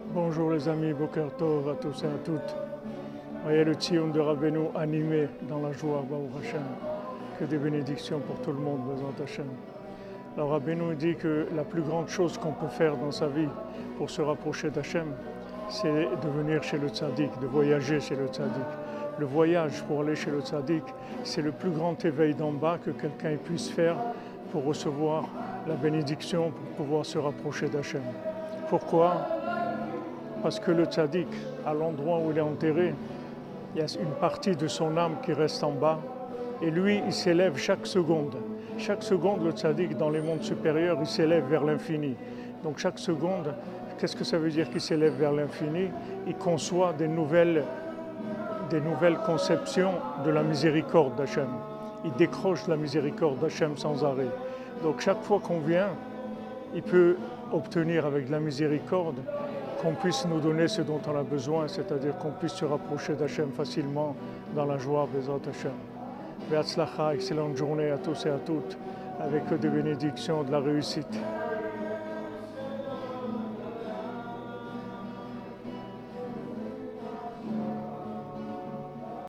Bonjour les amis, Boker Tov à tous et à toutes. Voyez le Tzion de Rabbeinu animé dans la joie, Baruch Hashem. Que des bénédictions pour tout le monde, Bezrat Hashem. Alors Rabbeinu dit que la plus grande chose qu'on peut faire dans sa vie pour se rapprocher d'Hachem, c'est de venir chez le Tzaddik, de voyager chez le Tzaddik. Le voyage pour aller chez le Tzaddik, c'est le plus grand éveil d'en bas que quelqu'un puisse faire pour recevoir la bénédiction, pour pouvoir se rapprocher d'Hachem. Pourquoi ? Parce que le tzaddik, à l'endroit où il est enterré, il y a une partie de son âme qui reste en bas et lui, il s'élève chaque seconde. Chaque seconde, le tzaddik, dans les mondes supérieurs, il s'élève vers l'infini. Donc chaque seconde, qu'est-ce que ça veut dire qu'il s'élève vers l'infini? Il conçoit des nouvelles conceptions de la miséricorde d'Hachem. Il décroche la miséricorde d'Hachem sans arrêt. Donc chaque fois qu'on vient, il peut obtenir avec de la miséricorde qu'on puisse nous donner ce dont on a besoin, c'est-à-dire qu'on puisse se rapprocher d'Hachem facilement dans la joie, Bezrat Hashem. Be'atzlacha, excellente journée à tous et à toutes, avec des bénédictions, de la réussite.